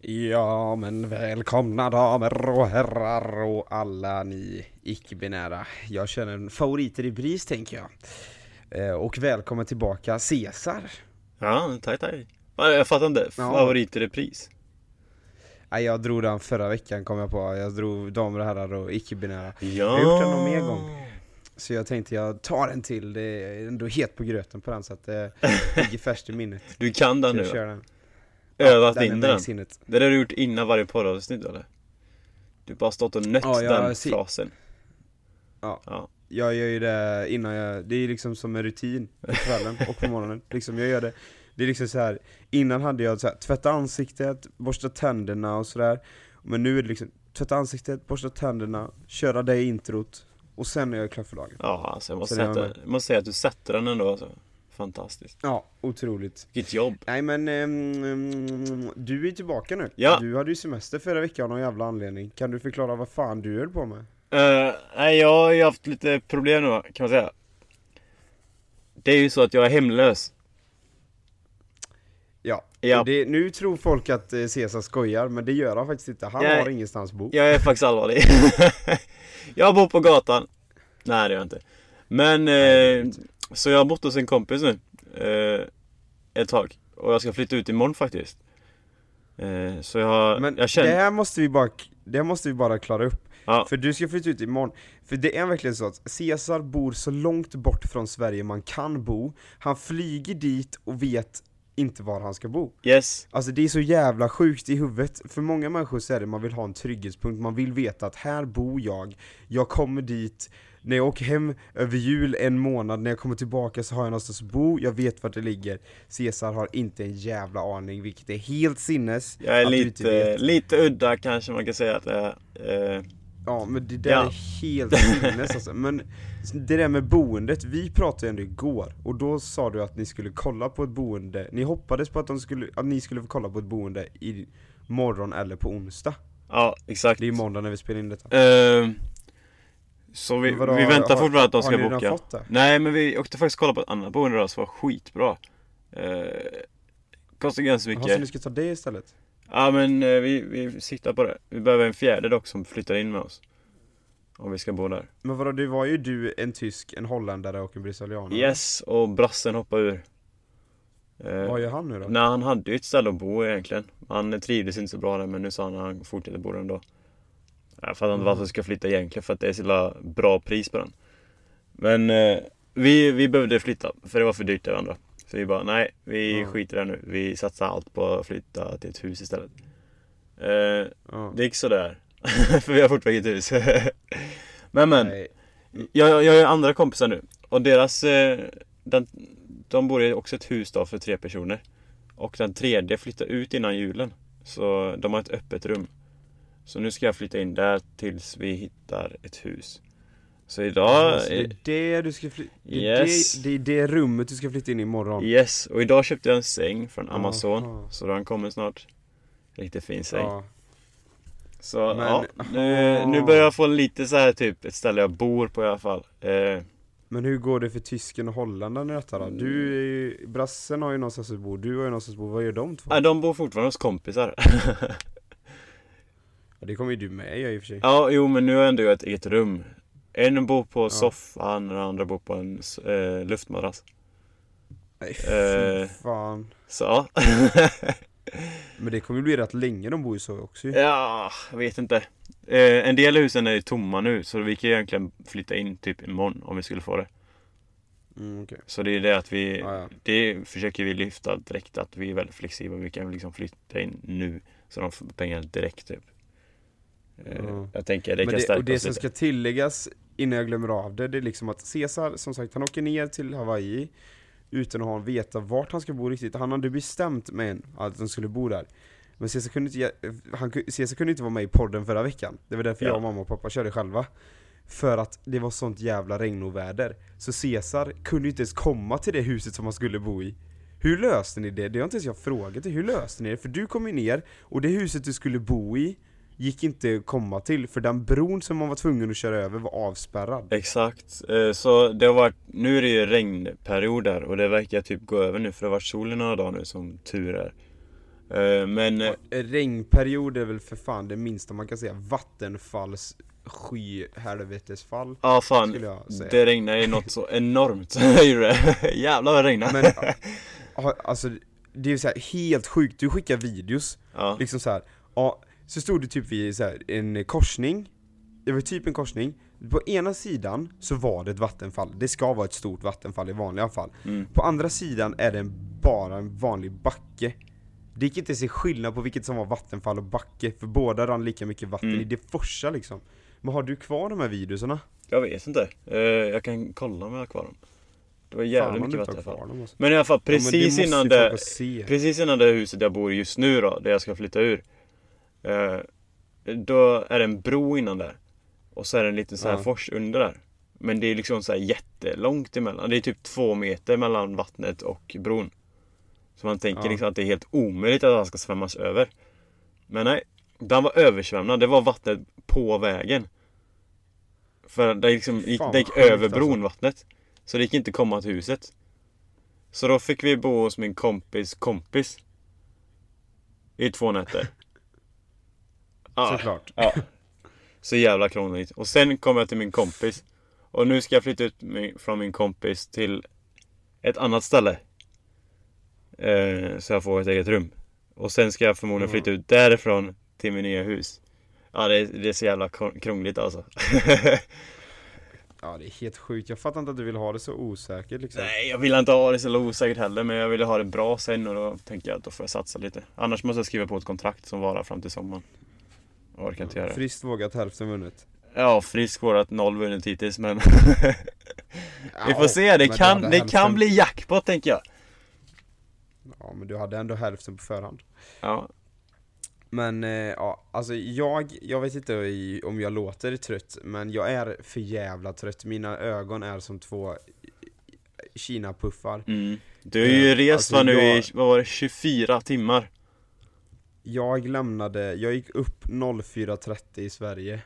Ja, men välkomna damer och herrar och alla ni icke-binära. Jag känner en favoriter i bris, tänker jag. Och välkommen tillbaka, Cesar. Ja, tack. Jag fattar inte. Favorit i repris. Nej, jag drog den förra veckan, kom jag på. Jag drog damer och herrar och icke-binära. Ja. Jag har gjort den någon mer gång. Så jag tänkte jag tar en till. Det är ändå het på gröten på den, så att det ligger färskt i minnet. Du kan den Så nu, jag kör va? den. Övat Den är in med i den. sinnet. Det har du gjort innan varje poddavsnitt, eller? Du bara stått och nött den frasen. Ja. Jag gör ju det innan det är liksom som en rutin på kvällen och på morgonen. Liksom jag gör det. Det är liksom så här. Innan hade jag så här, tvätta ansiktet, borsta tänderna och sådär. Men nu är det liksom tvätta ansiktet, borsta tänderna, köra det introt och sen är jag klar för dagen. Ja, alltså jag måste säga att du sätter den ändå, alltså. Fantastiskt. Ja, otroligt. Vilket jobb. Nej, men du är tillbaka nu. Ja. Du hade ju semester förra veckan av någon jävla anledning. Kan du förklara vad fan du höll på med? Nej, jag har ju haft lite problem nu, kan man säga. Det är ju så att jag är hemlös. Ja. Ja. Nu tror folk att Cesar skojar, men det gör han faktiskt inte. Han har ingenstans bo. Jag är faktiskt allvarlig. Jag bor på gatan. Nej, det gör jag inte. Men så jag har bott hos en kompis nu ett tag. Och jag ska flytta ut imorgon faktiskt. Så jag känner... Det här måste vi bara klara upp. Ja. För du ska flytta ut imorgon. För det är verkligen så att Cesar bor så långt bort från Sverige man kan bo. Han flyger dit och vet inte var han ska bo. Yes. Alltså det är så jävla sjukt i huvudet. För många människor så är det man vill ha en trygghetspunkt. Man vill veta att här bor jag. Jag kommer dit. När jag åker hem över jul en månad, när jag kommer tillbaka så har jag någonstans att bo. Jag vet vart det ligger. Cesar har inte en jävla aning, vilket är helt sinnes. Jag är lite udda, kanske man kan säga att det är. Ja, men det där är helt sinnes alltså. Men det där med boendet, vi pratade ändå igår. Och då sa du att ni skulle kolla på ett boende. Ni hoppades på att ni skulle få kolla på ett boende i morgon eller på onsdag. Ja, exakt. Det är måndag när vi spelar in detta. Så vi väntar fortfarande att de ska boka. Har ni redan fått det? Nej, men vi åkte faktiskt kolla på ett annat boende då som var skitbra. Kostar ganska mycket. Så ni ska ta det istället? Ja, men vi siktar på det. Vi behöver en fjärde dock som flyttar in med oss. Om vi ska bo där. Men vadå, det var ju du, en tysk, en holländare och en brasilianare. Yes, och brassen hoppar ur. Vad gör han nu då? Nej, han hade ju ett ställe att bo egentligen. Han trivdes inte så bra där, men nu sa han fortsätter bo där ändå. Jag fattar inte varför jag ska flytta egentligen, för att det är så bra pris på den. Men vi behövde flytta, för det var för dyrt det andra. Så vi bara, nej, vi skiter där nu. Vi satsar allt på att flytta till ett hus istället. Det gick så där. För vi har fortfarande ett hus. Men jag har andra kompisar nu. Och deras de bor i också ett hus då för 3 personer. Och den tredje flyttar ut innan julen. Så de har ett öppet rum. Så nu ska jag flytta in där tills vi hittar ett hus. Så idag... det är det du ska Yes. det är det rummet du ska flytta in imorgon. Yes, och idag köpte jag en säng från Amazon. Så den kommer snart. Riktigt fin säng. Ja. Så nu börjar jag få lite så här typ ett ställe jag bor på i alla fall. Men hur går det för tysken och holländaren i detta då? Brassen har ju någonstans att bo, du har ju någonstans att bo. Vad gör de två? Nej, de bor fortfarande hos kompisar. Ja, det kommer ju du med i och för sig. Ja, jo, men nu har jag ändå ett eget rum. En bor på soffan och den andra bor på en luftmadrass. Nej, fy fan. Så. Men det kommer ju bli rätt länge, de bor ju så också. Ja, jag vet inte. En del av husen är ju tomma nu, så vi kan egentligen flytta in typ imorgon om vi skulle få det. Okay. Så det är det att det försöker vi lyfta direkt, att vi är väldigt flexibla. Vi kan liksom flytta in nu så de får pengar direkt typ. Jag tänker det kan stärka oss lite. Det som ska tilläggas innan jag glömmer av det är liksom att Cesar, som sagt, han åker ner till Hawaii utan att veta vart han ska bo riktigt. Han hade bestämt med att han skulle bo där. Men Cesar kunde inte vara med i podden förra veckan. Det var därför jag, mamma och pappa körde själva. För att det var sånt jävla regn och väder. Så Cesar kunde inte ens komma till det huset som han skulle bo i. Hur löste ni det? Det har inte ens jag frågat dig. Hur löste ni det? För du kom ju ner och det huset du skulle bo i gick inte att komma till, för den bron som man var tvungen att köra över var avspärrad. Exakt, så det har varit, nu är det ju regnperioder och det verkar typ gå över nu, för det har varit sol i några dagar nu som tur är. Men Regnperiod är väl för fan det minsta man kan säga. Vattenfalls helvetesfall. ja fan, skulle jag säga. det regnar ju något så enormt. Jävlar vad det regnar. Men alltså det är ju så här helt sjukt. Du skickar videos Ja. liksom så här. Ja, så stod det typ vid så här, en korsning. Det var typ en korsning. På ena sidan så var det ett vattenfall. Det ska vara ett stort vattenfall i vanliga fall. På andra sidan är det bara en vanlig backe. Det gick inte att se skillnad på vilket som var vattenfall och backe. För båda rann lika mycket vatten i det forsa liksom. Men har du kvar de här videorna? Jag vet inte. Jag kan kolla om jag har kvar dem. Det var jävligt mycket vatten i alla fall. Dem, alltså. Men i alla fall precis innan det, se. precis innan det huset jag bor i just nu då, där jag ska flytta ur. Då är det en bro innan där. Och så är det en liten så här fors under där. Men det är liksom så här jättelångt emellan. Det är typ 2 meter mellan vattnet och bron. Så man tänker liksom att det är helt omöjligt att den ska svämmas över. Men nej, den var översvämmad. Det var vattnet på vägen. För det liksom det gick över bron alltså. Vattnet. Så det gick inte komma till huset. Så då fick vi bo hos min kompis i 2 nätter. Såklart. Ja. Så jävla krångligt. Och sen kom jag till min kompis. Och nu ska jag flytta ut från min kompis till ett annat ställe. Så jag får ett eget rum. Och sen ska jag förmodligen flytta ut därifrån till min nya hus. Ja, det är så jävla krångligt alltså. Ja, det är helt sjukt. Jag fattar inte att du vill ha det så osäkert liksom. Nej, jag vill inte ha det så osäkert heller. Men jag vill ha det bra sen. Och då tänker jag att då får jag satsa lite. Annars måste jag skriva på ett kontrakt som varar fram till sommaren. Jag orkar inte göra det. Friskt vågat, hälften vunnet. Ja, friskt vågat, 0 vunnet hittills. Men vi får se, det kan bli jackpot tänker jag. Ja, men du hade ändå hälften på förhand. Ja. Men ja, alltså jag vet inte om jag låter trött, men jag är för jävla trött. Mina ögon är som 2 Kina-puffar. Du är ju rest alltså, nu i, vad var det, 24 timmar. Jag gick upp 04.30 i Sverige.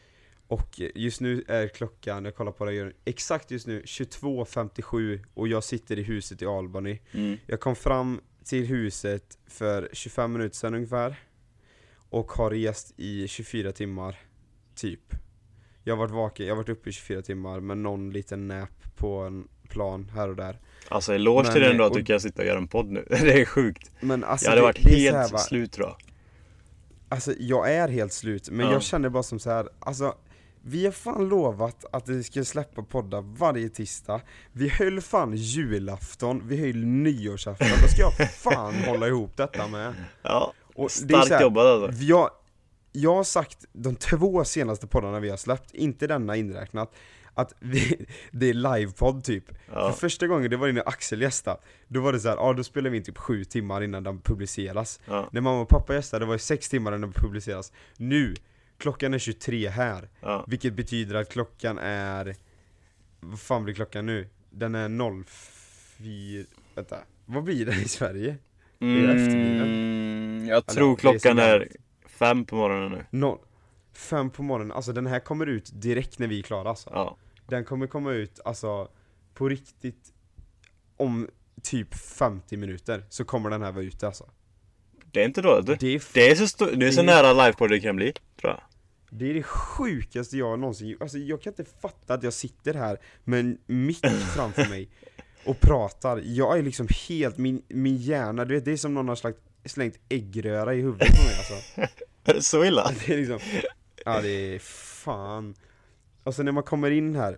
Och just nu är klockan, jag kollar på det, exakt just nu 22.57 och jag sitter i huset i Albany. Jag kom fram till huset för 25 minuter sedan ungefär. Och har rest i 24 timmar typ. Jag har varit vaken, jag har varit uppe i 24 timmar med någon liten nap på en plan här och där. Alltså eloge till den då att du kan sitta och göra en podd nu. Det är sjukt. Men alltså, jag hade varit helt slut tror jag. Alltså jag är helt slut. Men jag känner bara som så här. Alltså vi har fan lovat att vi ska släppa poddar varje tisdag. Vi höll fan julafton. Vi höll nyårsafton. Då ska jag fan hålla ihop detta med. Ja, och starkt jobbat alltså. Jag har sagt de 2 senaste poddarna vi har släppt, inte denna inräknat, att det är livepodd typ. För första gången det var innan Axel gästade. Då var det så här, då spelar vi in typ 7 timmar innan den publiceras. När mamma och pappa gästade, det var 6 timmar innan den publiceras. Nu, klockan är 23 här. Vilket betyder att klockan är, vad fan blir klockan nu? Den är 04, vänta, vad blir det i Sverige? Det är eftermiddagen. Jag tror klockan är 5 på morgonen nu. 5 på morgonen, alltså den här kommer ut direkt när vi är klara alltså. Den kommer komma ut alltså på riktigt om typ 50 minuter så kommer den här vara ute alltså. Det är inte dåligt. Det är så nära livepodd det kan bli, tror jag. Det är det sjukaste jag någonsin, alltså jag kan inte fatta att jag sitter här med en mick framför mig och pratar. Jag är liksom helt, min hjärna, du vet, det är som någon har slängt äggröra i huvudet på mig alltså. Är det så illa? Det är liksom, ja det är fan. Alltså när man kommer in här,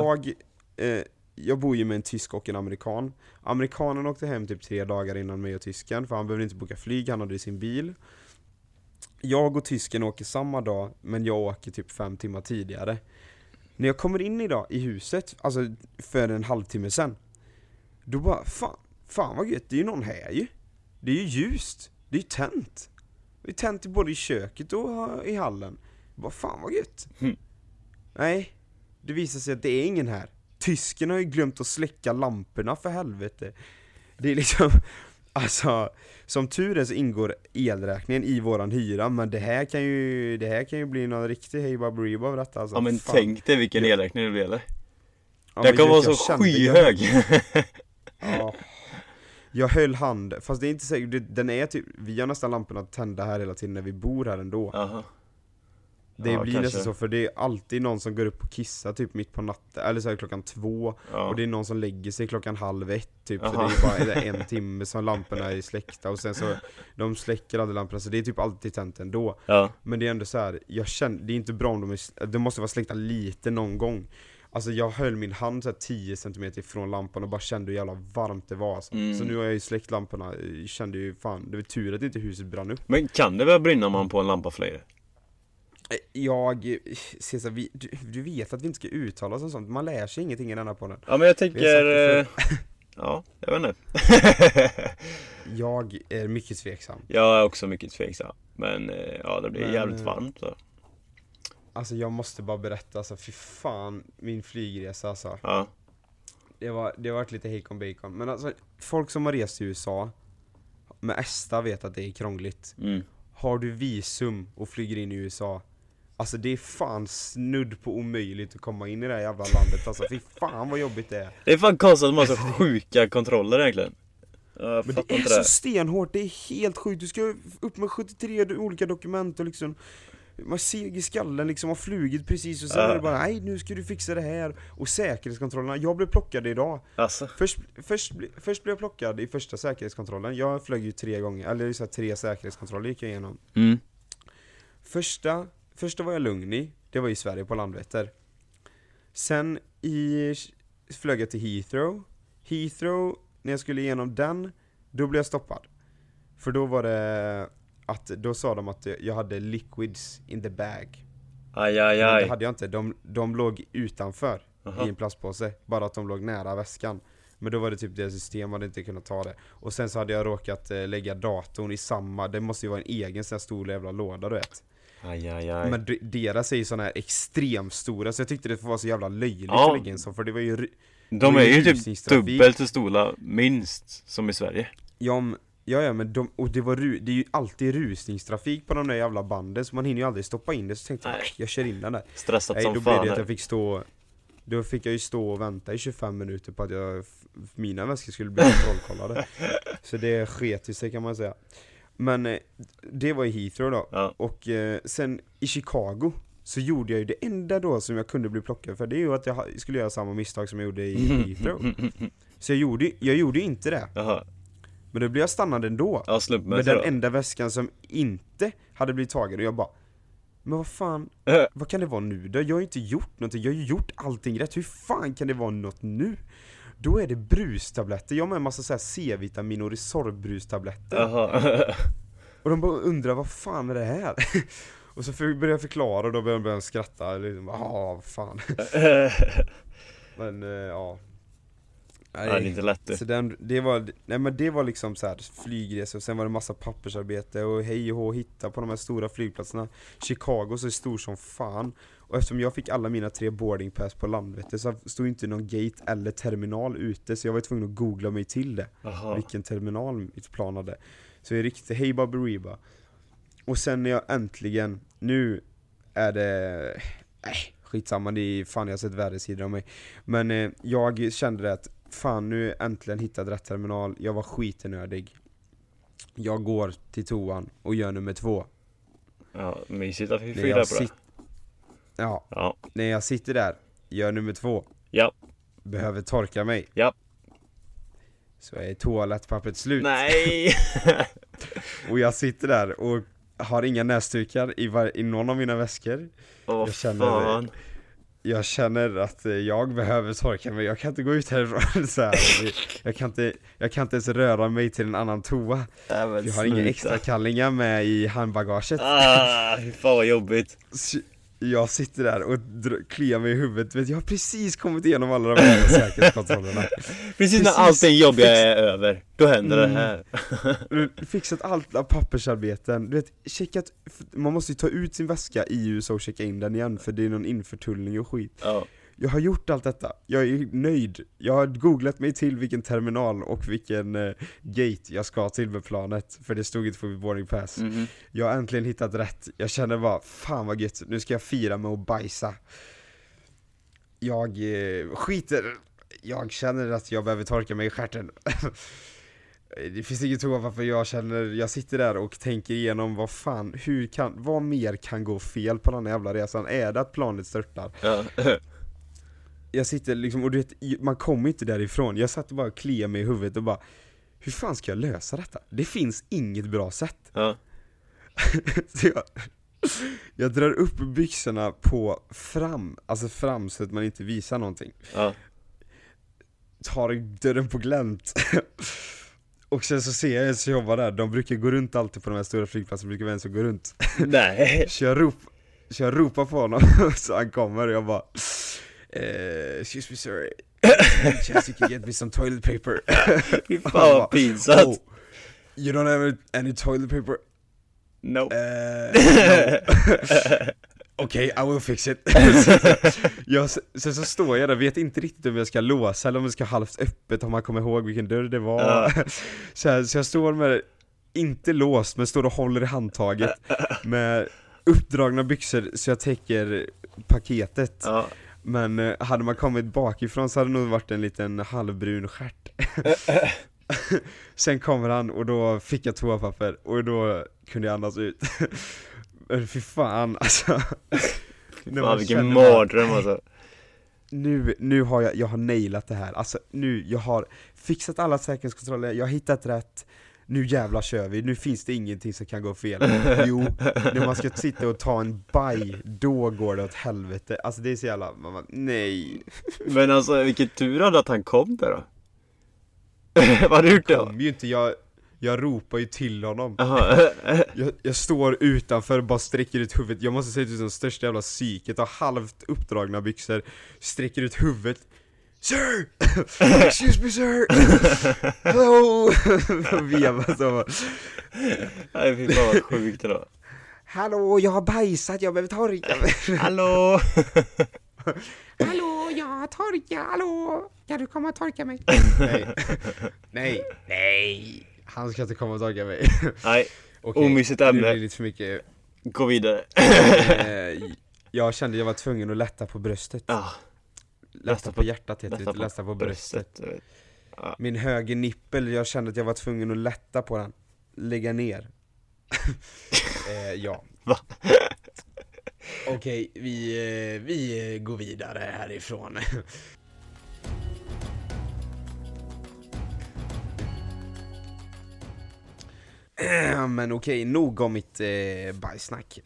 jag bor ju med en tysk och en amerikan. Amerikanen åkte hem typ 3 dagar innan mig och tysken, för han behövde inte boka flyg, han hade sin bil. Jag och tysken åker samma dag, men jag åker typ 5 timmar tidigare. När jag kommer in idag i huset, alltså för en halvtimme sen, då bara, fan vad gött, det är ju någon här ju. Det är ju ljust, det är ju tänt. Det är tänt både i köket och i hallen. Bara fan vad gött. Nej, det visar sig att det är ingen här. Tysken har ju glömt att släcka lamporna för helvete. Det är liksom, alltså, som tur är så ingår elräkningen i våran hyra. Men det här kan ju bli någon riktig hejbaberiba av detta alltså. Ja men tänk dig vilken elräkning det blir eller? Ja, det kan vara så skyhög. Ja. Jag höll hand, fast det är inte säkert, den är typ, vi har nästan lamporna tända här hela tiden när vi bor här ändå. Aha. Det Ja, blir kanske. nästan så, för det är alltid någon som går upp och kissar typ mitt på natten, eller så här 2:00. Ja. Och det är någon som lägger sig 1:30 typ, så Aha. det är bara en timme som lamporna är släckta. Och sen så, de släcker alla lamporna, så det är typ alltid tänt ändå. Ja. Men det är ändå så här, jag känner, det är inte bra om de måste vara släckta lite någon gång. Alltså jag höll min hand så här 10 cm ifrån lampan och bara kände hur jävla varmt det var alltså. Så nu har jag ju släckt lamporna, jag kände ju fan, det var tur att inte huset brann upp. Men kan det väl brinna om man på en lampa flera? Cesar, du vet att vi inte ska uttala oss om sånt. Man lär sig ingenting i denna podden. Ja, men jag tänker... Vi har ja, jag vet inte. Jag är mycket tveksam. Jag är också mycket tveksam. Men ja, det blir Men, jävligt varmt så. Alltså jag måste bara berätta, alltså fy fan, min flygresa alltså. Ja. Det har varit lite hejkon bacon. Men alltså, folk som har rest till USA med ESTA vet att det är krångligt. Har du visum och flyger in i USA, alltså det är fan snudd på omöjligt att komma in i det här jävla landet. Alltså fy fan vad jobbigt det är. Det är fan konstigt att man har så sjuka kontroller egentligen. Jag Men fattar det är inte så det. stenhårt, det är helt sjukt. Du ska upp med 73 olika dokument och liksom man seg i skallen liksom, har flugit precis och sen är det bara, nej nu ska du fixa det här. Och säkerhetskontrollerna, jag blev plockad idag. Alltså. Först blev jag plockad i första säkerhetskontrollen. Jag flög ju 3 gånger, eller så här 3 säkerhetskontroller gick jag igenom. Första var jag lugn i, det var i Sverige på Landvetter. Sen flög jag till Heathrow, när jag skulle igenom den, då blev jag stoppad. För då var det att, då sa de att jag hade liquids in the bag. Aj. Men det hade jag inte, de låg utanför i en plastpåse, bara att de låg nära väskan. Men då var det typ det system, hade inte kunnat ta det. Och sen så hade jag råkat lägga datorn i samma, det måste ju vara en egen sån här stor jävla låda, du vet. Aj. Men deras är ju såna här extremt stora, så jag tyckte det var så jävla löjligt att lägga in så, för det var ju de är ju typ dubbelt så stora, minst, som i Sverige. Ja, men det är ju alltid rusningstrafik på de där jävla banden, så man hinner ju aldrig stoppa in det. Så tänkte jag kör in den där. Stressat som då fan. blev det att då fick jag ju stå och vänta i 25 minuter på att mina väskor skulle bli kontrollkollade. Så det sket ju sig, kan man säga. Men det var i Heathrow då. Ja. Och sen i Chicago så gjorde jag ju det enda då som jag kunde bli plockad för. Det är ju att jag skulle göra samma misstag som jag gjorde i Heathrow. Så jag gjorde inte det. Jaha. Men då blev jag stannad ändå. Ja, med den enda väskan som inte hade blivit tagen. Och jag bara, men vad fan, vad kan det vara nu då? Jag har ju inte gjort någonting, jag har ju gjort allting rätt. Hur fan kan det vara något nu? Då är det brustabletter. Jag har med en massa så här C-vitamin och Resorb-brustabletter. Och de bara undrar, vad fan är det här? Och så började jag förklara och då började de skratta. Liksom, fan. Men ja. Nej, det är inte lätt. Så det var liksom så här flygresa, och sen var det massa pappersarbete och hej och hå, hitta på de här stora flygplatserna. Chicago så är stor som fan. Och eftersom jag fick alla mina 3 boarding pass på Landvetter så stod inte någon gate eller terminal ute, så jag var tvungen att googla mig till det. Vilken terminal mitt plan hade. Så jag riktigt hej baberiba. Och sen när jag äntligen, nu är det skitsamma, det är fan, jag har sett värre sidor av mig. Men jag kände det att fan, nu äntligen hittat rätt terminal. Jag var skitenördig. Jag går till toan och gör nummer 2. Ja, mysigt att vi fick reda på det. Ja, när jag sitter där, gör nummer 2. Ja. Behöver torka mig. Ja. Så är toalettpappret slut. Nej! Och jag sitter där och har inga näsdukar i någon av mina väskor. Jag känner att jag behöver torka mig. Jag kan inte gå ut härifrån så här. Jag kan inte ens röra mig till en annan toa. Jag har inga extra kallingar med i handbagaget. Fy fan vad jobbigt. Jag sitter där och kliar mig i huvudet. Jag har precis kommit igenom alla de här säkerhetskontrollerna. Precis när allting jobbiga är över, då händer det här. Fixat alla pappersarbeten. Du vet, checkat, man måste ju ta ut sin väska i USA och checka in den igen, för det är någon införtullning och skit. Jag har gjort allt detta. Jag är nöjd. Jag har googlat mig till vilken terminal och vilken gate jag ska till med planet, för det stod inte på mitt boarding pass. Jag har äntligen hittat rätt. Jag känner bara, fan vad gött. Nu ska jag fira med att bajsa. Jag skiter. Jag känner att jag behöver torka mig i stjärten. Det finns inget varför jag sitter där och tänker igenom vad mer kan gå fel på den här jävla resan. Är det att planet störtar? Ja. Jag sitter liksom, och du vet, man kommer inte därifrån. Jag satt och bara kliade mig i huvudet och bara, hur fan ska jag lösa detta? Det finns inget bra sätt. Ja. Så jag drar upp byxorna på fram så att man inte visar någonting. Ja. Tar dörren på glänt. Och sen så ser jag en som jobbar där. De brukar gå runt alltid på de här stora flygplatserna. Brukar vara en som går runt. Nej. Så jag ropar på honom. Så han kommer och jag bara excuse me sir, chance you can get me some toilet paper. Fy fan vad pinsamt. Oh, you don't have any toilet paper? No. No. Okay, I will fix it. Sen så står jag där, vet inte riktigt om jag ska låsa eller om jag ska halvt öppet, om man kommer ihåg vilken dörr det var. Så jag står med, inte låst, men står och håller i handtaget med uppdragna byxor så jag täcker paketet. Ja. Men hade man kommit bakifrån så hade det nog varit en liten halvbrun stjärt. Sen kommer han och då fick jag toapapper och då kunde jag andas ut. Men fy fan alltså. Fan vilken mardröm alltså. Nu har jag har nailat det här. Alltså nu, jag har fixat alla säkerhetskontroller, jag har hittat rätt. Nu jävla kör vi, nu finns det ingenting som kan gå fel. Jo, när man ska sitta och ta en baj, då går det åt helvete. Alltså det är så jävla, nej. Men alltså vilken tur hade att han kom där då. Vad har du gjort då? Kom ju inte, jag ropar ju till honom. Aha. Jag står utanför och bara sträcker ut huvudet. Jag måste säga ut som största jävla psyket. Har halvt uppdragna byxor, sträcker ut huvudet. Sir! Excuse me sir! Hello! Veva så. Nej fy fan vad sjukt det då. Hallå, jag har bajsat, jag behöver torka mig. Hallå! Hallå, jag har torka, hallå! Kan du komma och torka mig? Nej. Han ska inte komma och torka mig. Nej, okej, omysigt det ämne. blir lite för mycket. Gå vidare. Jag kände jag var tvungen att lätta på bröstet. Ja. Lätta på hjärtat heter det, lätta på bröstet. Ja. Min höger nippel, jag kände att jag var tvungen att lätta på den. Lägga ner. Ja. Va? Okej, vi går vidare härifrån. Men okej, nog om mitt bajsnack.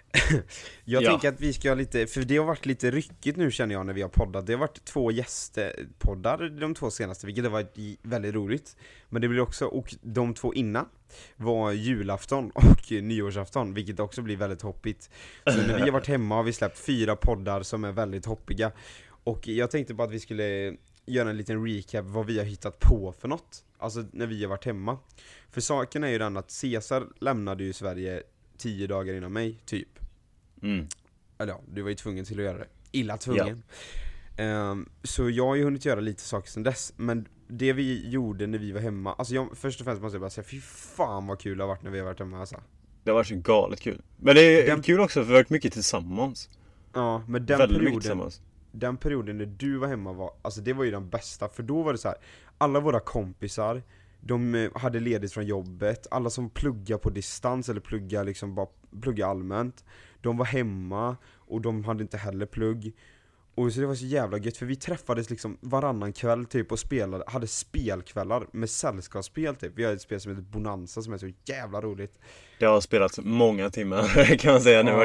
Jag tänker att vi ska ha lite, för det har varit lite ryckigt nu känner jag när vi har poddat. Det har varit 2 gästpoddar de 2 senaste, vilket har varit väldigt roligt. Men det blir också, och de 2 innan var julafton och nyårsafton, vilket också blir väldigt hoppigt. Så när vi har varit hemma har vi släppt 4 poddar som är väldigt hoppiga. Och jag tänkte på att vi skulle göra en liten recap vad vi har hittat på för något. Alltså när vi har varit hemma. För saken är ju den att Cesar lämnade ju Sverige 10 dagar innan mig, typ. Eller ja, du var ju tvungen till att göra det. Illa tvungen. Ja. Så jag har ju hunnit göra lite saker sedan dess. Men det vi gjorde när vi var hemma, alltså först och främst måste jag bara säga, fy fan vad kul det har varit när vi har varit hemma alltså. Det har varit så galet kul. Men det är kul också för vi har varit mycket tillsammans. Ja, men den perioden när du var hemma var, alltså det var ju den bästa. För då var det så här, alla våra kompisar, de hade ledigt från jobbet. Alla som pluggar på distans eller pluggar liksom bara plugga allmänt, de var hemma och de hade inte heller plugg. Och så det var så jävla gött, för vi träffades liksom varannan kväll typ och hade spelkvällar med sällskapsspel typ. Vi har ett spel som heter Bonanza som är så jävla roligt. Det har spelats många timmar kan man säga nu.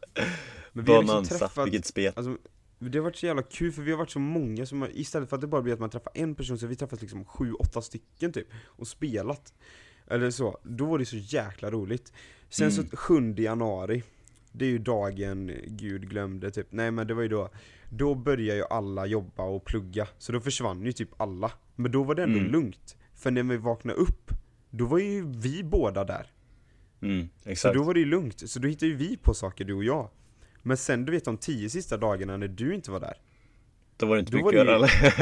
Men vi har liksom träffat, vilket spel. Alltså, det har varit så jävla kul för vi har varit så många som istället för att det bara blir att man träffar en person så har vi träffat liksom 7-8 stycken typ och spelat. Eller så, då var det så jäkla roligt. Sen så 7 januari, det är ju dagen Gud glömde typ. Nej men det var ju då börjar ju alla jobba och plugga. Så då försvann ju typ alla. Men då var det ändå lugnt. För när vi vaknade upp, då var ju vi båda där. Exakt. Så då var det ju lugnt. Så då hittade ju vi på saker, du och jag. Men sen du vet de 10 sista dagarna när du inte var där, då var det inte mycket göra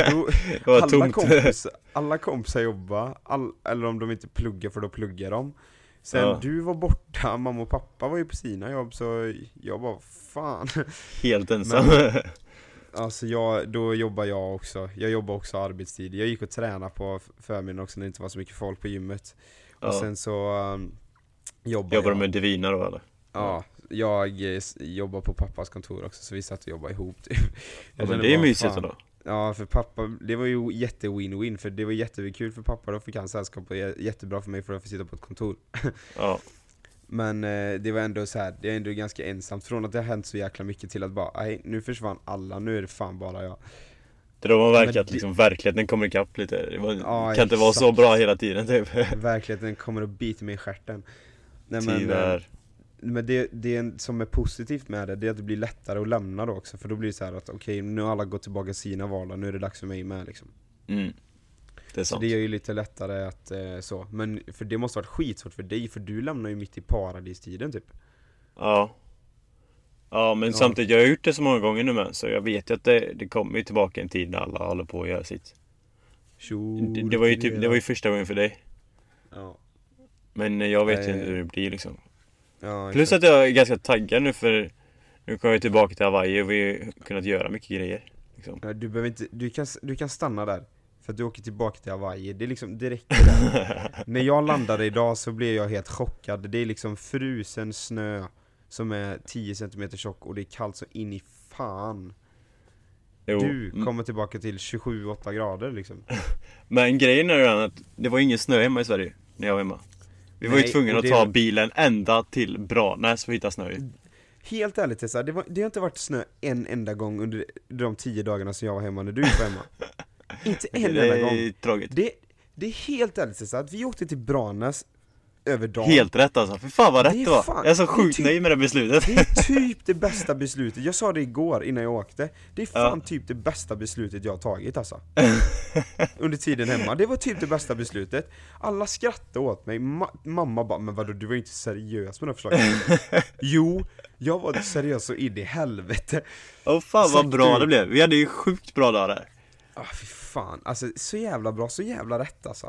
alla kompisar jobba, eller om de inte pluggar för då pluggar de. Sen du var borta, mamma och pappa var ju på sina jobb, så jag var fan helt ensam. Alltså då jobbar jag också. Jag jobbar också arbetstid. Jag gick och tränade på förmiddagen också när det inte var så mycket folk på gymmet. Och sen så jobbar du jag. med Divina då eller? Ja, jag jobbar på pappas kontor också, så vi satt och jobbade ihop typ. Ja, men det är mysigt då. Ja, för pappa, det var ju jätte-win-win, för det var jättekul för pappa, då fick han sällskap, och jättebra för mig för att få sitta på ett kontor. Ja. Men det var ändå så här, det är ändå ganska ensamt, från att det har hänt så jäkla mycket till att bara, nej, nu försvann alla, nu är det fan bara jag. Det då man verkar att liksom verkligheten kommer ikapp lite. Det kan inte vara så bra hela tiden typ. Verkligheten kommer att bita mig i stjärten. Men det som är positivt med det är att det blir lättare att lämna då också. För då blir det så här att okej, nu har alla gått tillbaka till sina vardag, nu är det dags för mig med liksom. Det är sant. Så det är ju lite lättare att så. Men för det måste varit skitsvårt för dig, för du lämnar ju mitt i paradistiden typ. Ja, men samtidigt, jag har gjort det så många gånger nu med, så jag vet ju att det kommer ju tillbaka en tid när alla håller på att göra sitt. Det var ju första gången för dig. Ja. Men jag vet ju inte hur det blir liksom. Ja, plus att jag är ganska taggad nu, för nu kommer jag tillbaka till Hawaii och vi har kunnat göra mycket grejer liksom. Ja, du behöver inte, du kan stanna där. För att du åker tillbaka till Hawaii. Det är liksom, det räcker där. När jag landade idag så blev jag helt chockad. Det är liksom frusen snö som är 10 cm tjock, och det är kallt så in i fan. Jo. Du kommer tillbaka till 27-8 grader liksom. Men grejen är ju att det var ingen snö hemma i Sverige när jag var hemma. Vi var ju tvungna att ta bilen ända till Branäs för att hitta snö. Helt ärligt Tessa, det har inte varit snö en enda gång under de 10 dagarna som jag var hemma när du var hemma. Inte en enda gång. Tråkigt. Det är helt ärligt Tessa, att vi åkte till Branäs över dagen. Helt rätt alltså, för fan vad rätt det var. Jag är så sjukt nöjd med det beslutet. Det är typ det bästa beslutet. Jag sa det igår innan jag åkte. Det är fan typ det bästa beslutet jag har tagit alltså. Under tiden hemma. Det var typ det bästa beslutet. Alla skrattade åt mig. Mamma bara, men vadå, du var inte seriös med det förslaget. Jo, jag var seriös så in i helvete. Fan vad bra det blev. Vi hade ju sjukt bra dagar. Fy fan, alltså så jävla bra, så jävla rätt alltså.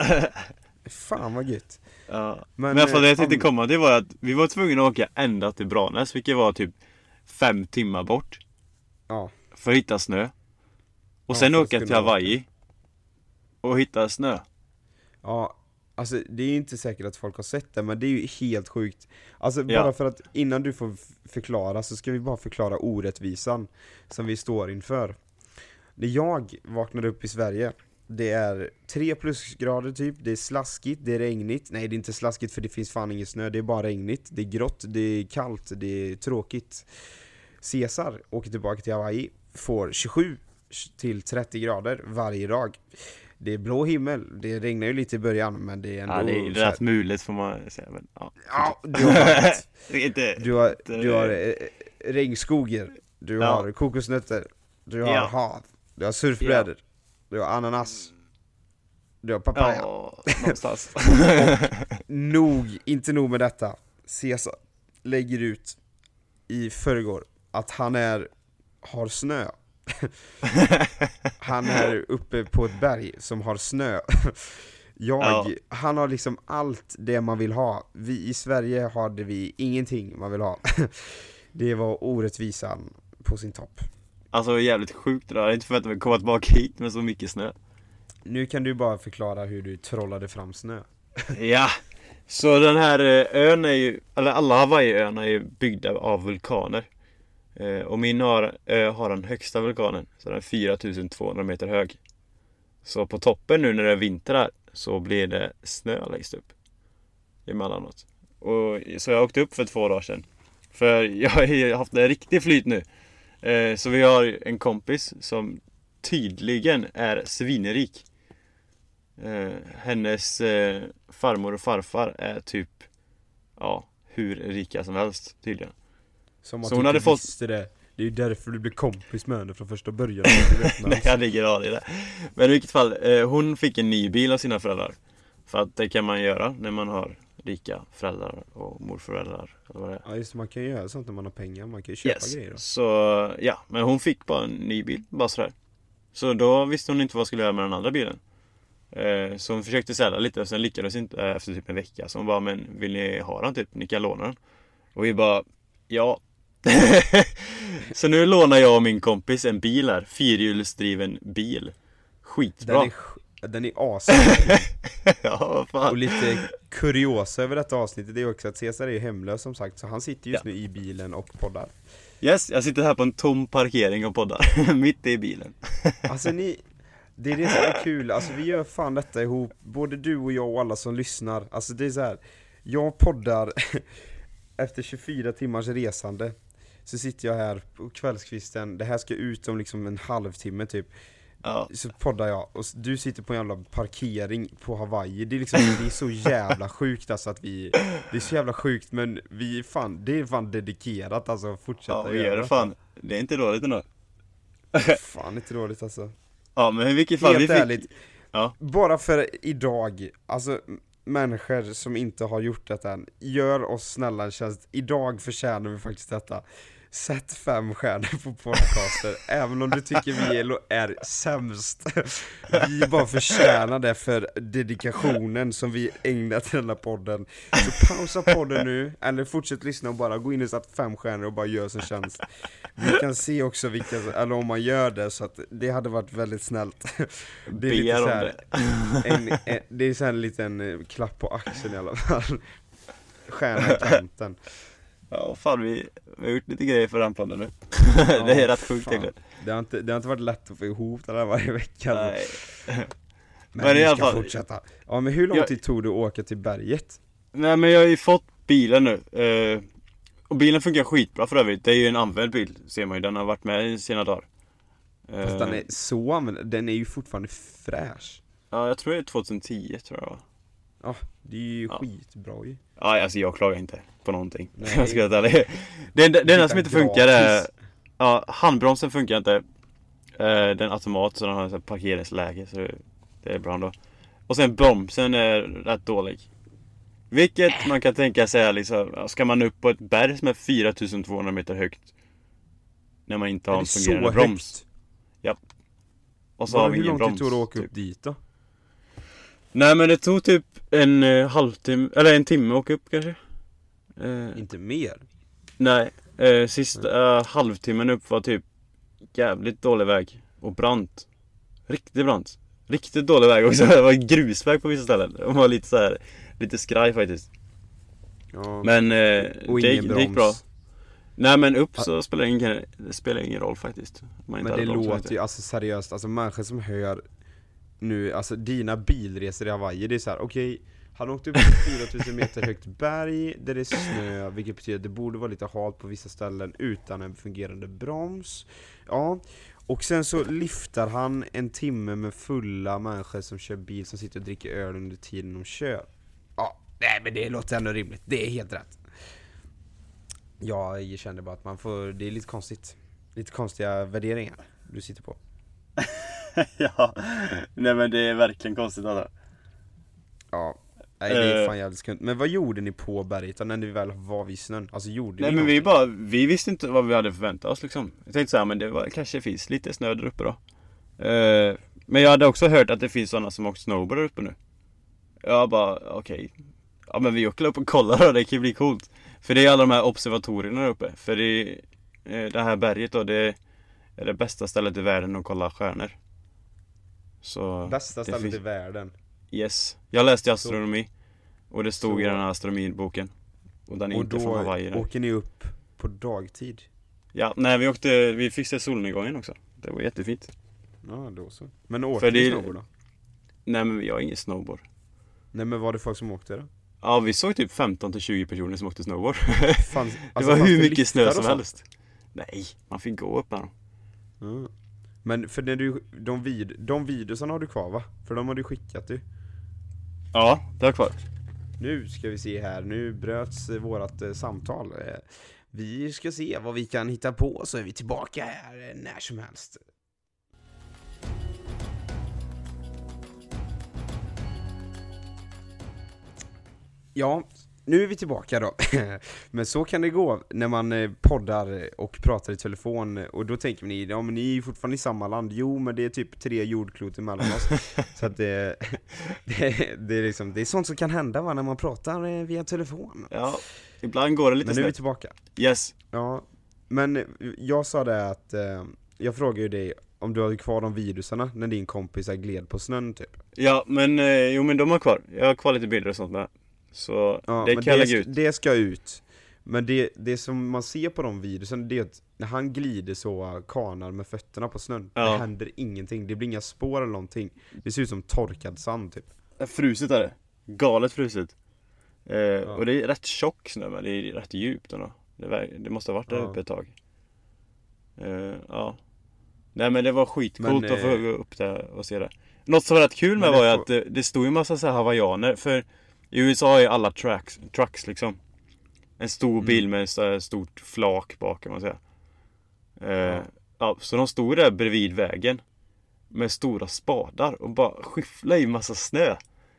Fan vad gött. Ja. Men i alla fall det jag tänkte komma, det var att vi var tvungna att åka ända till Branäs, vilket var typ 5 timmar bort. Ja. För att hitta snö. Och sen åka till Hawaii och hitta snö. Ja, alltså det är inte säkert att folk har sett det, men det är ju helt sjukt. Alltså bara för att innan du får förklara, så ska vi bara förklara orättvisan som vi står inför. När jag vaknade upp i Sverige, det är 3 plusgrader typ, det är slaskigt, det är regnigt. Nej, det är inte slaskigt för det finns fan ingen snö, det är bara regnigt, det är grått, det är kallt, det är tråkigt. Caesar åker tillbaka till Hawaii, får 27 till 30 grader varje dag. Det är blå himmel, det regnar ju lite i början, men det är ändå... Ja, det är rätt muligt får man säga, men du har regnskogar, du har kokosnötter, du har hav, du har surfbrädor, du har ananas, du har papaya. Någonstans. Inte nog med detta. Caesar lägger ut i förrgår att han har snö. Han är uppe på ett berg som har snö. Han har liksom allt det man vill ha. Vi i Sverige hade vi ingenting man vill ha. Det var orättvisan på sin topp. Alltså jävligt sjukt det där. Jag hade inte förväntat mig att komma tillbaka hit med så mycket snö. Nu kan du bara förklara hur du trollade fram snö. Ja, så den här ön är ju, eller alla Hawaii-öarna är ju byggda av vulkaner. Och min ö har den högsta vulkanen, så den är 4200 meter hög. Så på toppen nu när det är vinter här, så blir det snö längst upp emellanåt. Och så jag åkte upp för 2 dagar sedan, för jag har haft en riktig flyt nu. Så vi har en kompis som tydligen är svinrik. Hennes farmor och farfar är typ hur rika som helst tydligen. Som att så hon hade fått det. Det är ju därför du blir kompis med henne från första början. Nej, jag ligger av i det. Men i vilket fall, hon fick en ny bil av sina föräldrar. För att det kan man göra när man har rika föräldrar och morföräldrar eller vad det är. Ja just det, man kan ju göra sånt när man har pengar. Man kan ju köpa grejer då. Så men hon fick bara en ny bil, bara sådär. Så då visste hon inte vad hon skulle göra med den andra bilen. Så hon försökte sälja lite och sen lyckades inte efter typ en vecka. Så hon bara, men vill ni ha den typ? Ni kan låna den. Och vi bara, ja. Så nu lånar jag och min kompis en bil här. 4-hjulsdriven bil. Skitbra. Den är Ja, vad fan. Och lite kuriosa över detta avsnittet är också att Cesar är ju hemlös som sagt. Så han sitter just nu i bilen och poddar. Yes, jag sitter här på en tom parkering och poddar. Mitt i bilen. Alltså det är det som är kul. Alltså vi gör fan detta ihop. Både du och jag och alla som lyssnar. Alltså det är så här. Jag poddar efter 24 timmars resande. Så sitter jag här på kvällskvisten. Det här ska ut om liksom en halvtimme typ. Ja. Så poddar jag. Och du sitter på en jävla parkering på Hawaii. Det är liksom, det är så jävla sjukt alltså att det är så jävla sjukt. Men det är fan dedikerat alltså att fortsätta. Ja, vi gör det fan. Det är inte dåligt ändå. Fan inte dåligt alltså. Ja, men i vilket fall helt ärligt. Ja. Bara för idag. Alltså människor som inte har gjort detta än, gör oss snälla en tjänst. Idag förtjänar vi faktiskt detta. Sätt 5 stjärnor på podcaster. Även om du tycker vi är sämst. Vi bara förtjänar det för dedikationen som vi ägnar till den här podden. Så pausa podden nu. Eller fortsätt lyssna och bara gå in och sätt 5 stjärnor och bara gör oss en tjänst. Vi kan se också vilka, eller om man gör det. Så att det hade varit väldigt snällt. Det är lite så här, det är så här en liten klapp på axeln i alla fall. Stjärna i kanten. Ja, fan vi har gjort lite grejer för den podden nu. Det är rätt sjukt egentligen. Det har inte varit lätt att få ihop det där varje vecka. Nej. Men i vi alla ska fall fortsätta. Ja, men hur lång tid tog det att åka till berget? Nej, men jag har ju fått bilen nu. Och bilen funkar skitbra för övrigt. Det är ju en använd bil, ser man ju. Den har varit med i sina dagar. Fast den är så använd. Den är ju fortfarande fräsch. Ja, jag tror det är 2010 tror jag. Ja, det är ju skitbra ju. Ja, alltså jag klagar inte på någonting. Nej. Jag ska vara ärlig. Det enda som inte funkar är... Ja, handbromsen funkar inte. Den automat, så den har en parkeringsläge, så det är bra ändå. Och sen bromsen är rätt dålig. Vilket man kan tänka sig liksom, ska man upp på ett berg som är 4200 meter högt när man inte har en fungerande broms. Ja. Och så har vi ingen broms. Hur lång tid tog det att åka upp dit då? Nej, men det tog typ en halvtimme, eller en timme att åka upp kanske. Inte mer? Nej, sista halvtimmen upp var typ jävligt dålig väg. Och brant. Riktigt brant. Riktigt dålig väg också. Det var grusväg på vissa ställen. Det var lite så här, lite skraj faktiskt. Ja. Men och det gick bra. Nej, men upp så det spelar ingen roll faktiskt. Men det låter ju alltså seriöst, alltså människor som hör nu, alltså dina bilresor i Hawaii, det är så här: okej, han åkte upp på 4000 meter högt berg där det är snö, vilket betyder att det borde vara lite halt på vissa ställen utan en fungerande broms. Ja, och sen så lyfter han en timme med fulla människor som kör bil, som sitter och dricker öl under tiden de kör. Ja, nej men det låter ändå rimligt, det är helt rätt. Jag kände bara att det är lite konstigt. Lite konstiga värderingar du sitter på. Ja, nej men det är verkligen konstigt alltså. Ja, nej, det är fan jävligt skumt. Men vad gjorde ni på berget när ni väl var vid snön? Alltså gjorde nej, ni men vi visste inte vad vi hade förväntat oss liksom. Jag tänkte så här, men det kanske finns lite snö där uppe då. Men jag hade också hört att det finns sådana som åker snowboard där uppe nu. Jag bara, okej. Ja, men vi åker upp och kollar då, det kan bli coolt. För det är alla de här observatorierna där uppe. För det här berget då, det är det bästa stället i världen att kolla stjärnor. Så bästa stället i världen? Yes. Jag läste astronomi. Och det stod i den här astronomiboken. Och den är inte från Hawaii. Och då åker ni upp på dagtid? Ja, nej vi fick se solnedgången också. Det var jättefint. Ja, då så. Men åkte ni snowboard då? Nej, men vi har ingen snowboard. Nej, men var det folk som åkte då? Ja, vi såg typ 15-20 personer som åkte snowboard. Det var hur mycket snö som helst. Nej, man fick gå upp där. Mm. Men för när de videorna har du kvar, va? För de har du skickat du. Ja, det är kvar. Nu ska vi se här. Nu bröts vårat samtal. Vi ska se vad vi kan hitta på, så är vi tillbaka här när som helst. Ja, nu är vi tillbaka då. Men så kan det gå när man poddar och pratar i telefon. Och då tänker ni, ja men ni är ju fortfarande i samma land. Jo, men det är typ 3 jordklot emellan oss. Så att det är liksom, det är sånt som kan hända, va, när man pratar via telefon. Ja, ibland går det lite snett. Men nu är vi tillbaka. Yes. Ja, Men jag sa det att jag frågade ju dig om du hade kvar de videosarna när din kompis gled på snön typ. Ja, men jo, men de har kvar. Jag har kvar lite bilder och sånt med. Så Ja, det men kan jag lägga ut. Det ska ut. Men det som man ser på de videorna, det är att när han glider så kanar med fötterna på snön, Ja. det händer ingenting. Det blir inga spår eller någonting. Det ser ut som torkad sand typ. Fruset är det. Galet fruset. Och det är rätt tjock snö, men det är rätt djupt ändå. Det måste ha varit där uppe ett tag. Ja. Nej, men det var skitcoolt att få gå upp där och se det. Något som var rätt kul med var ju att det stod ju en massa så här hawaiianer. För i USA är alla trucks liksom. En stor bil med ett stort flak bak, kan man säga. Ja, så de stod där bredvid vägen med stora spadar och bara skyfflade i massa snö.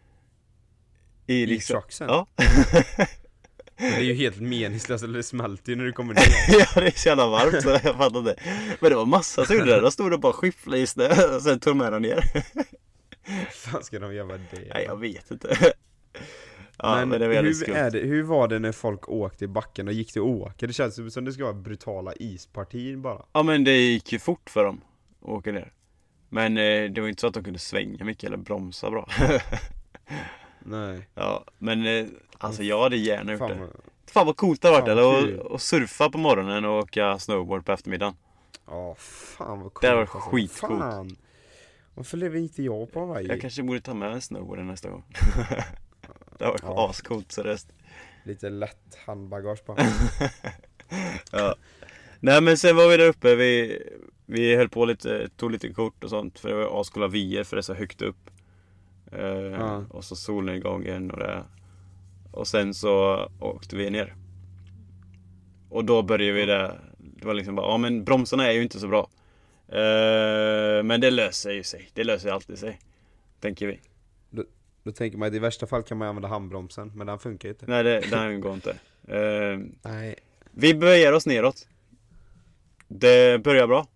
I liksom, trucksen? Ja. Men det är ju helt meningslöst, eller det smälter ju när du kommer ner. Ja, det är så jävla varmt så jag fattar inte. Men det var massa som gjorde det. De stod och bara skyfflade i snö och sen tog de med dem ner. Fan ska de göra det? Nej, jag vet inte. Ja, men det var hur var det när folk åkte i backen och gick till åka? Det känns som det ska vara brutala ispartier bara. Ja, men det gick ju fort för dem att åka ner. Men det var inte så att de kunde svänga mycket eller bromsa bra. Nej. Ja, men alltså jag hade gärna gjort det. Vad... Fan vad coolt det har varit, eller eller att surfa på morgonen och åka snowboard på eftermiddagen. Ja, fan vad coolt. Det var skitcoolt. Fan. Varför lever inte jag på Hawaii? Jag kanske borde ta med en snowboard nästa gång. Det var ascoolt så rest. Lite lätt handbagage på. Ja. Nej, men sen var vi där uppe. Vi höll på lite, tog lite kort och sånt. För det var ascoola vyer för det är så högt upp. Och så solnedgången och det. Och sen så åkte vi ner. Och då började vi där. Det var liksom bara, ja men bromsarna är ju inte så bra. Men det löser ju sig. Det löser alltid sig. Tänker vi. Då tänker man att i värsta fall kan man använda handbromsen. Men den funkar ju inte. Nej, det går inte. Nej. Vi böjer oss neråt. Det börjar bra.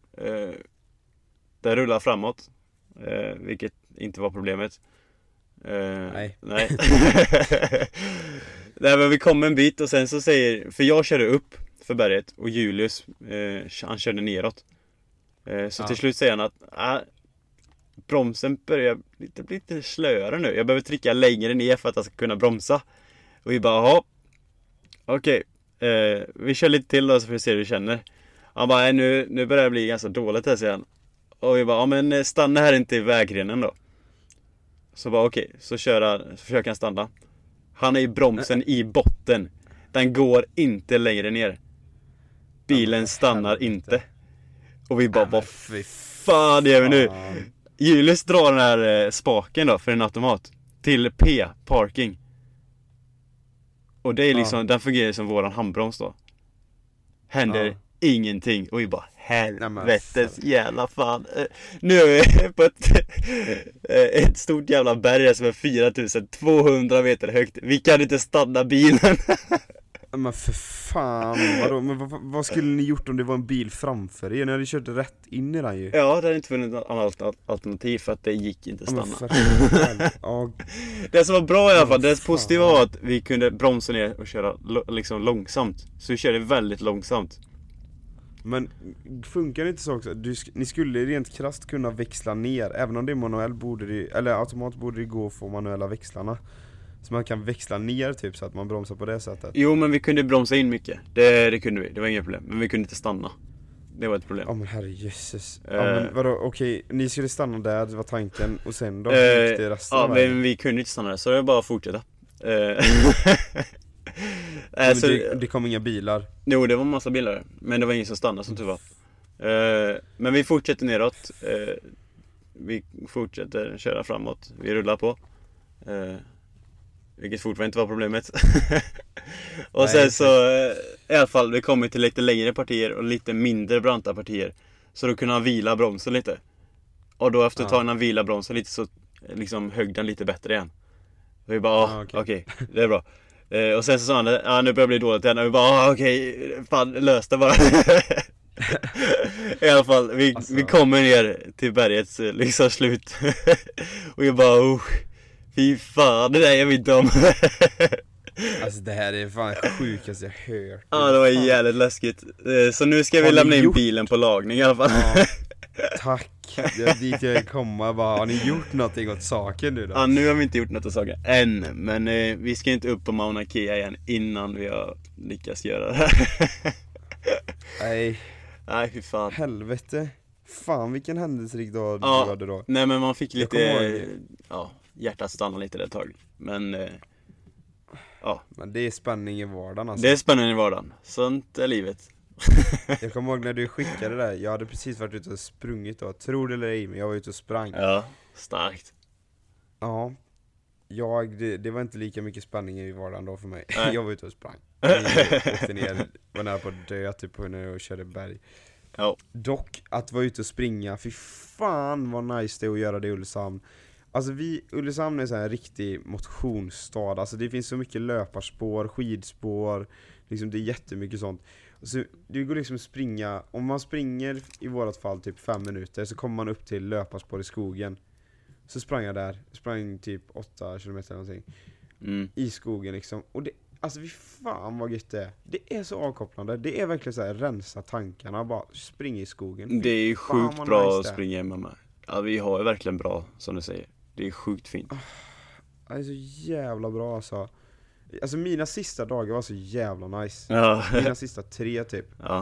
Det rullar framåt. Vilket inte var problemet. Nej. Nej, men vi kom en bit och sen så säger... För jag körde upp för berget och Julius, han körde neråt. Så till slut säger han att bromsen börjar bli lite slöare nu. Jag behöver trycka längre ner för att jag ska kunna bromsa. Och vi bara, ja. Okej. Vi kör lite till då så får vi se hur vi känner. Han bara, nu börjar det bli ganska dåligt här, säger han. Och vi bara, ja men stanna här inte i vägrenen då. Så bara okej, så försöker han stanna. Han är i bromsen i botten. Den går inte längre ner. Bilen stannar inte. Och vi bara, vad fan gör vi nu? Julius drar den här spaken då för en automat till P, parking. Och det är liksom, den fungerar som våran handbroms då. Händer ingenting. Och vi bara, helvetes jävla fan. Nu är vi på ett stort jävla berg som är 4200 meter högt. Vi kan inte stanna bilen. Men för fan, vadå? Men vad skulle ni gjort om det var en bil framför er? Ni hade kört rätt in i den ju. Ja, det hade inte funnits något annat alternativ för att det gick inte stanna. Det som var bra i alla fall, det positiva var att vi kunde bromsa ner och köra liksom långsamt. Så vi körde väldigt långsamt. Men funkar det inte så också? Ni skulle rent krasst kunna växla ner. Även om det är manuell eller automat borde det gå att få manuella växlarna. Så man kan växla ner typ så att man bromsar på det sättet. Jo, men vi kunde bromsa in mycket. Det kunde vi, det var inga problem. Men vi kunde inte stanna. Det var ett problem. Ja men herrejösses. Ja men vadå, okej, ni skulle stanna där, det var tanken. Och sen då gick det resten av vägen. Men vi kunde inte stanna där, så det var bara att fortsätta. Så det kom inga bilar? Jo, det var en massa bilar. Men det var ingen som stannade som tur var. Men vi fortsätter neråt. Vi fortsätter köra framåt. Vi rullar på. Vilket fortfarande inte var problemet. Och sen så i alla fall, vi kommer till lite längre partier och lite mindre branta partier. Så då kunde han vila bromsen lite. Och då efter ett tag när han vila bromsen lite så liksom högg den lite bättre igen. Och vi bara, okej, det är bra. Och sen så sa han, nu börjar det bli dåligt igen. Och vi bara, okej, fan, lös det bara. I alla fall, vi kommer ner till bergets liksom slut. Och vi bara, fy fan, det där jag vet inte om. Alltså det här är fan det sjukaste jag hört. Ja, det var Fan. jävligt läskigt. Så nu ska vi Har ni lämna in gjort- bilen på lagning i alla fall. Ja, tack. Det är dit jag vill komma. Bara, har ni gjort någonting åt saken nu då? Ja, nu har vi inte gjort något åt saken än. Men vi ska inte upp på Mauna Kea igen innan vi har lyckats göra det här. Nej, Nej, fy fan. helvete. Fan vilken händelserik dag Ja. du hade då. Nej, men man fick Jag kommer lite, ihåg. ja, hjärtat stanna lite ett tag. Men ja, Men det är spänning i vardagen alltså. det är spännande i vardagen. Sånt är livet. Jag kommer ihåg när du skickade det där. Jag hade precis varit ute och sprungit då. Tror det eller ej, men jag var ute och sprang. Ja, starkt. Ja. Det var inte lika mycket spänning i vardagen då för mig. Nej. Jag var ute och sprang. Jag åkte ner, var nära på att dö typ när jag körde berg. Ja. Dock, att vara ute och springa, fy fan vad nice det är att göra det i Ulricehamn. Alltså Ulricehamn är så här en riktig motionsstad. Alltså det finns så mycket löparspår, skidspår, liksom det är jättemycket sånt. Så det går liksom att springa, om man springer i vårat fall typ 5 minuter så kommer man upp till löparspår i skogen. Så sprang jag där, sprang typ 8 kilometer eller någonting i skogen liksom. Och det, alltså fy fan vad gött det är. Det är så avkopplande, det är verkligen så här rensa tankarna, bara springa i skogen. Det är ju fan sjukt vad bra nice att det är. springa hemma med. Ja, vi har ju verkligen bra, som du säger. Det är sjukt fint. Det är så jävla bra alltså. Alltså mina sista dagar var så jävla nice. Ja. Mina sista 3 typ. Ja.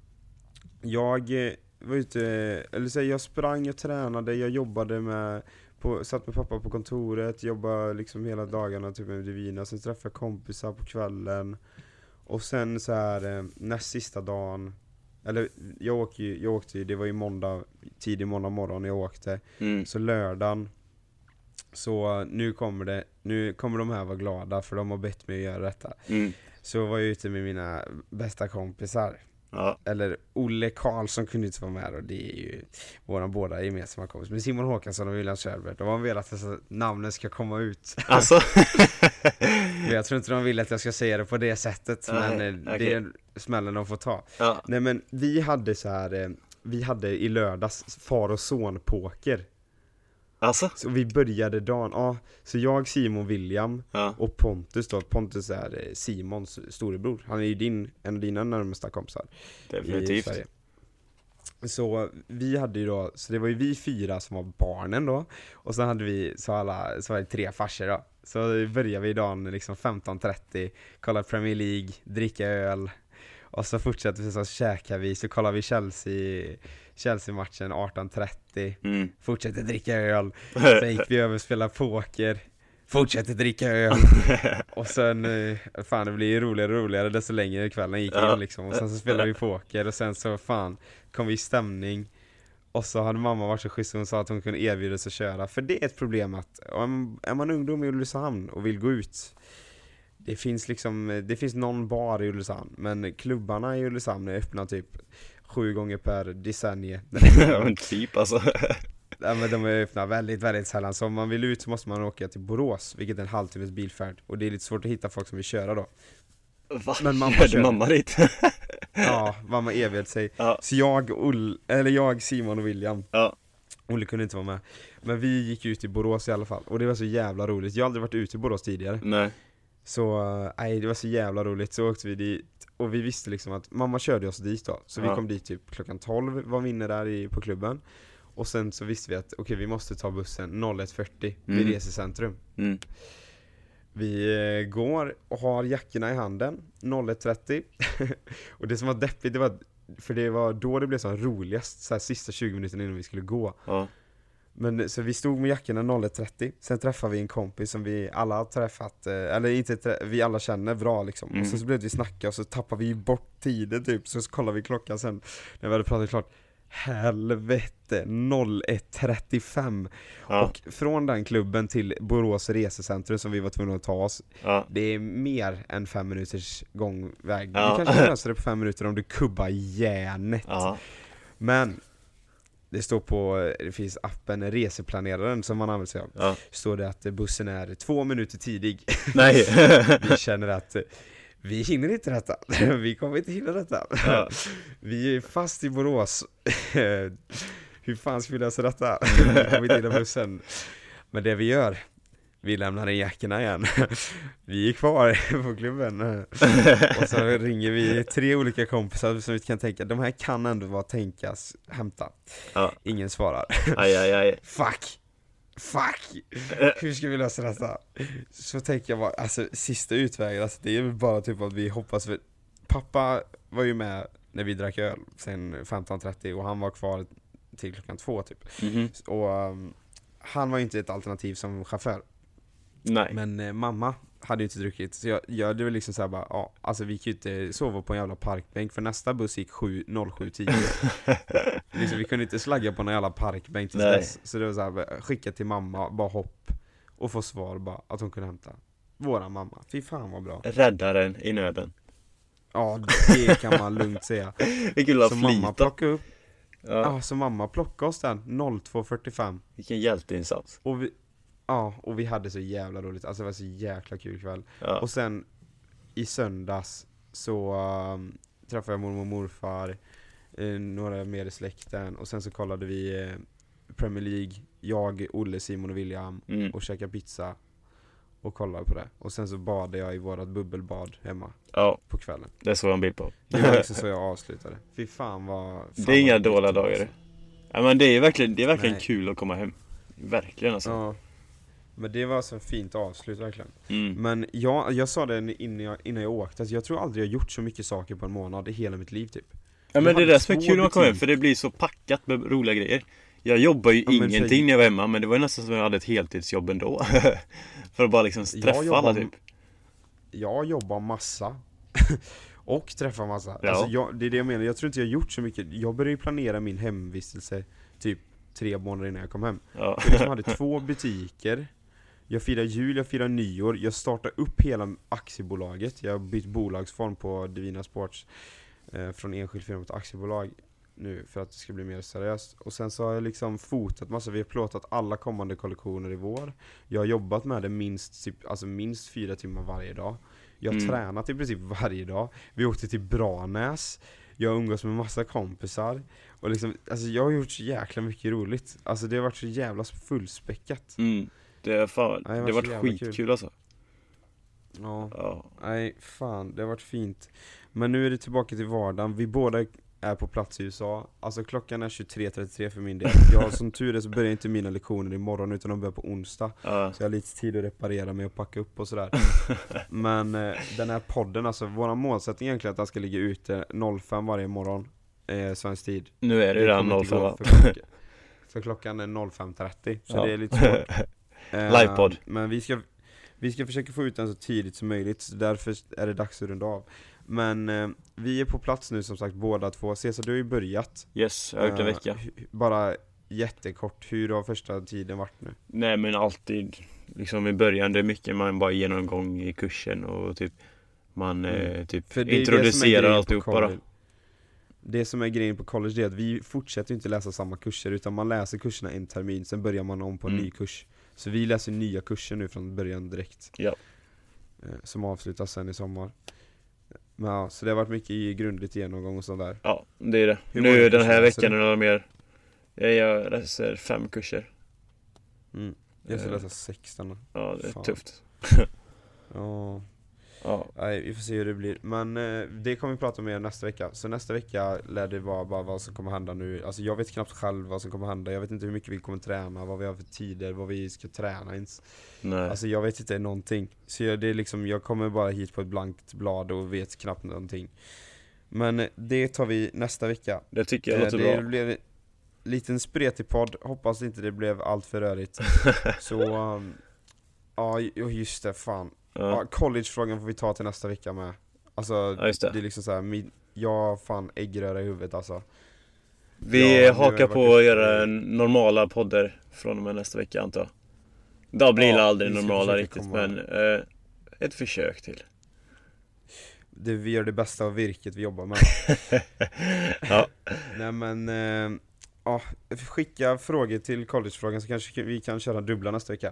Jag var ute, eller så här, jag sprang, jag tränade, jag jobbade satt med pappa på kontoret, jobbade liksom hela dagarna typ med Divina, sen träffade jag kompisar på kvällen. Och sen så här näst sista dagen, eller jag åkte ju, det var ju tidig måndag morgon jag åkte. Så lördagen, så nu kommer de här vara glada för de har bett mig att göra detta. Så var jag ute med mina bästa kompisar. Ja. Eller Olle Karlsson kunde inte vara med, och det är ju våra båda gemensamma kompis. Men Simon Håkansson och William Kjellberg, de har velat att namnen ska komma ut. Alltså. Men jag tror inte de vill att jag ska säga det på det sättet. Men okej. det är smällen de får ta. Ja. Nej men vi hade i lördags far och son poker. Alltså. Så vi började dagen, så jag, Simon, William och Pontus då. Pontus är Simons storebror. Han är ju en av dina närmsta kompisar. Definitivt. Så vi hade ju då, så det var ju vi 4 som var barnen då. Och sen hade vi, så var det 3 farsor då. Så började vi dagen liksom 15:30, kolla Premier League, dricka öl. Och så fortsatte vi, så käkade vi, så kollade vi Chelsea-matchen 18:30. Fortsatte dricka öl. Sen gick vi över och spelade poker. Fortsatte dricka öl. Och sen, fan det blir ju roligare och roligare desto längre kvällen gick in liksom. Och sen så spelade vi poker. Och sen så fan kom vi i stämning. Och så hade mamma varit så schysst, hon sa att hon kunde erbjuda sig att köra. För det är ett problem att är man ungdom i Ulricehamn och vill gå ut, det finns någon bar i Ulricehamn, men klubbarna i Ulricehamn är öppna typ 7 gånger per decennie. Ja, men typ alltså. Ja, men de är öppna väldigt, väldigt sällan. Så om man vill ut så måste man åka till Borås, vilket är en halvtimmes bilfärd. Och det är lite svårt att hitta folk som vill köra då. Va? Men mamma Körde körde. mamma dit? Ja, mamma erbjöd sig. Ja. Så jag, Simon och William. Ja. Olle kunde inte vara med. Men vi gick ut i Borås i alla fall. Och det var så jävla roligt. Jag har aldrig varit ute i Borås tidigare. Nej. Så det var så jävla roligt. Så åkte vi dit. Och vi visste liksom att mamma körde oss dit då. Så vi kom dit typ klockan 12, var vi inne där på klubben. Och sen så visste vi att okej, vi måste ta bussen 01:40 vid resecentrum. Vi går och har jackorna i handen 01:30. Och det som var deppigt, för det var då det blev så roligast, så här sista 20 minuterna innan vi skulle gå. Ja. Men så vi stod med jackorna 01:30. Sen träffade vi en kompis som vi alla har träffat, eller inte vi alla känner bra liksom. Och så blev vi snacka och så tappade vi bort tiden typ. Så kollade vi klockan sen när vi hade pratat klart. Helvete, 01:35. Och från den klubben till Borås resecentrum som vi var tvungna att ta oss, det är mer än 5 minuters gångväg. Du kanske löser det på 5 minuter om du kubbar järnet. Men det finns appen Reseplaneraren som man använder sig av. Står det att bussen är 2 minuter tidig. Nej. Vi känner att vi hinner inte detta. Vi kommer inte hinna detta. Vi är fast i Borås. Hur fan ska vi lösa detta? Vi kommer inte hinna bussen. Men det vi gör, vi lämnar in jackorna igen. Vi är kvar på klubben. Och så ringer vi 3 olika kompisar som vi kan tänka, de här kan ändå vara tänkas hämta. Ja. Ingen svarar. Aj. Fuck! Hur ska vi lösa detta? Så tänker jag bara, alltså sista utvägen, alltså, det är väl bara typ att vi hoppas för pappa var ju med när vi drack öl sen 15:30 och han var kvar till klockan 2 typ. Och han var ju inte ett alternativ som chaufför. Nej. Men mamma hade ju inte druckit. Så jag det var liksom såhär bara, ja, alltså vi kan ju inte sova på en jävla parkbänk för nästa buss gick 07:10. Liksom, vi kunde inte slagga på någon jävla parkbänk tills dess. Så det var såhär, skicka till mamma, bara hopp och få svar bara att hon kunde hämta våra mamma. Fy fan vad bra. Räddaren i nöden. Ja, det kan man lugnt säga. Vilken lilla Så mamma plockade upp. Ja. Ja, så mamma plockade oss den 02:45. Vilken hjälteinsats. Och vi hade så jävla roligt. Alltså det var så jäkla kul kväll. Ja. Och sen i söndags så träffade jag mormor och morfar, några mer i släkten. Och sen så kollade vi Premier League. Jag, Olle, Simon och William. Och käkade pizza. Och kollade på det. Och sen så badade jag i vårat bubbelbad hemma. Ja, på kvällen. det såg jag en bild på. Det var liksom så jag avslutade. Fy fan vad... Det är inga dåliga dagar. Ja, men det är verkligen Nej. kul att komma hem. Verkligen alltså. Ja. Men det var så fint avslut verkligen. Mm. Men jag sa det innan jag åkte, alltså jag tror aldrig jag gjort så mycket saker på en månad i hela mitt liv typ. Ja, men det är det som är kul att man kommer hem, butik. för det blir så packat med roliga grejer. Jag jobbar ju ingenting när jag var hemma, men det var ju nästan som jag hade ett heltidsjobb ändå. För att bara liksom träffa alla typ. Jag jobbar massa. Och träffar massa. Ja. Alltså det är det jag menar, jag tror inte jag har gjort så mycket. Jag började ju planera min hemvistelse typ 3 månader innan jag kom hem. Ja. Jag liksom hade 2 butiker. Jag firar jul, jag firar nyår. Jag startar upp hela aktiebolaget. Jag har bytt bolagsform på Divina Sports från enskild firma till aktiebolag nu för att det ska bli mer seriöst. Och sen så har jag liksom fotat massa. Vi har plåtat alla kommande kollektioner i vår. Jag har jobbat med det minst 4 timmar varje dag. Jag har tränat i princip varje dag. Vi åkte till Branäs. Jag umgås med massa kompisar. Och liksom, alltså jag har gjort så jäkla mycket roligt. Alltså det har varit så jävla fullspäckat. Det har varit skitkul alltså. Ja. Nej, fan, det har varit fint. Men nu är det tillbaka till vardagen. Vi båda är på plats i USA. Alltså klockan är 23:33 för min del. Jag som tur är så börjar inte mina lektioner imorgon utan de börjar på onsdag. Så jag har lite tid att reparera mig och packa upp och sådär. Men den här podden, alltså våra målsättning egentligen är att den ska ligga ute 05 varje morgon svensk tid. Nu är det redan 05. För klockan är 05:30. Så det är lite svårt. Livepodd. Men vi ska försöka få ut den så tidigt som möjligt. Så därför är det dags att runda av. Men vi är på plats nu som sagt båda två. Cesar, du har ju börjat. Yes, jag har gjort en vecka. Bara jättekort, hur har första tiden varit nu? Nej, men alltid liksom i början, det är mycket man bara genomgång i kursen och typ man typ introducerar alltihop bara. Det som är grejen på college är att vi fortsätter inte läsa samma kurser utan man läser kurserna en termin, sen börjar man om på en ny kurs. Så vi läser nya kurser nu från början direkt. Ja. Som avslutas sen i sommar. Men ja, så det har varit mycket grundligt genomgång och sånt där. Ja, det är det. Nu den här veckan är det mer. Jag läser 5 kurser. Jag ska läsa 16. Ja, det är tufft. Ja. Ja. Nej, vi får se hur det blir. Men det kommer vi prata om mer nästa vecka. Så nästa vecka lär det vara bara vad som kommer hända nu. Alltså jag vet knappt själv vad som kommer hända. Jag vet inte hur mycket vi kommer träna, vad vi har för tider, vad vi ska träna ens. Nej. Alltså jag vet inte någonting. Så det är liksom, jag kommer bara hit på ett blankt blad och vet knappt någonting. Men det tar vi nästa vecka. Det tycker jag låter bra. Det blev en liten spretig podd. Hoppas inte det blev allt för rörigt. Så ja, just det, fan. Ja, college-frågan får vi ta till nästa vecka med. Alltså, ja, just det. Det är liksom såhär, jag fan äggröra i huvudet alltså. Vi hakar på att göra normala podder från och med nästa vecka antar jag. Då blir det aldrig normala riktigt, men ett försök till. Vi gör det bästa av virket vi jobbar med. Ja. Nej men, skicka frågor till college-frågan så kanske vi kan köra dubbla nästa vecka.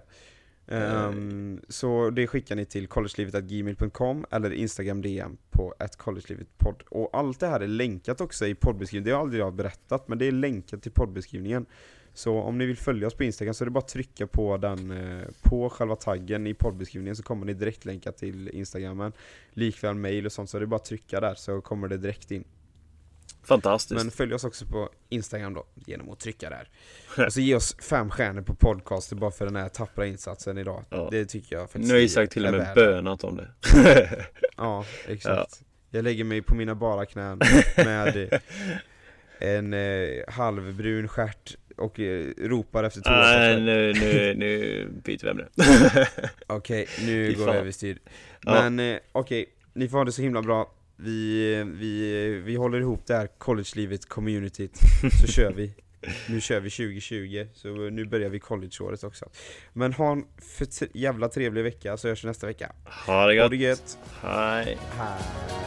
Så det skickar ni till collegelivet@gmail.com eller Instagram DM på @collegelivetpodd. Och allt det här är länkat också i poddbeskrivningen. Det har aldrig jag berättat, men det är länkat till poddbeskrivningen. Så om ni vill följa oss på Instagram så är det bara att trycka på den, på själva taggen i poddbeskrivningen, så kommer ni direkt länka till Instagramen. Likväl mail och sånt, så är det bara att trycka där så kommer det direkt in. Fantastiskt. Men följ oss också på Instagram då, genom att trycka där. Och så ge oss 5 stjärnor på podcaster bara för den här tappra insatsen idag. Ja. Det tycker jag faktiskt. Nu har Isak till och med bönat om det. Ja, exakt. Ja. Jag lägger mig på mina bara knän med en halvbrun stjärt och ropar efter toapapper. Nu byter vi ämne. Okej, nu går vi överstyr. Men okej, ni får ha det så himla bra. Vi håller ihop det här college-livet, communityt. Så kör vi. Nu kör vi 2020. Så nu börjar vi collegeåret också. Men ha en jävla trevlig vecka, så hörs vi nästa vecka. Ha det gött. Ha det gött. Hej. Hej.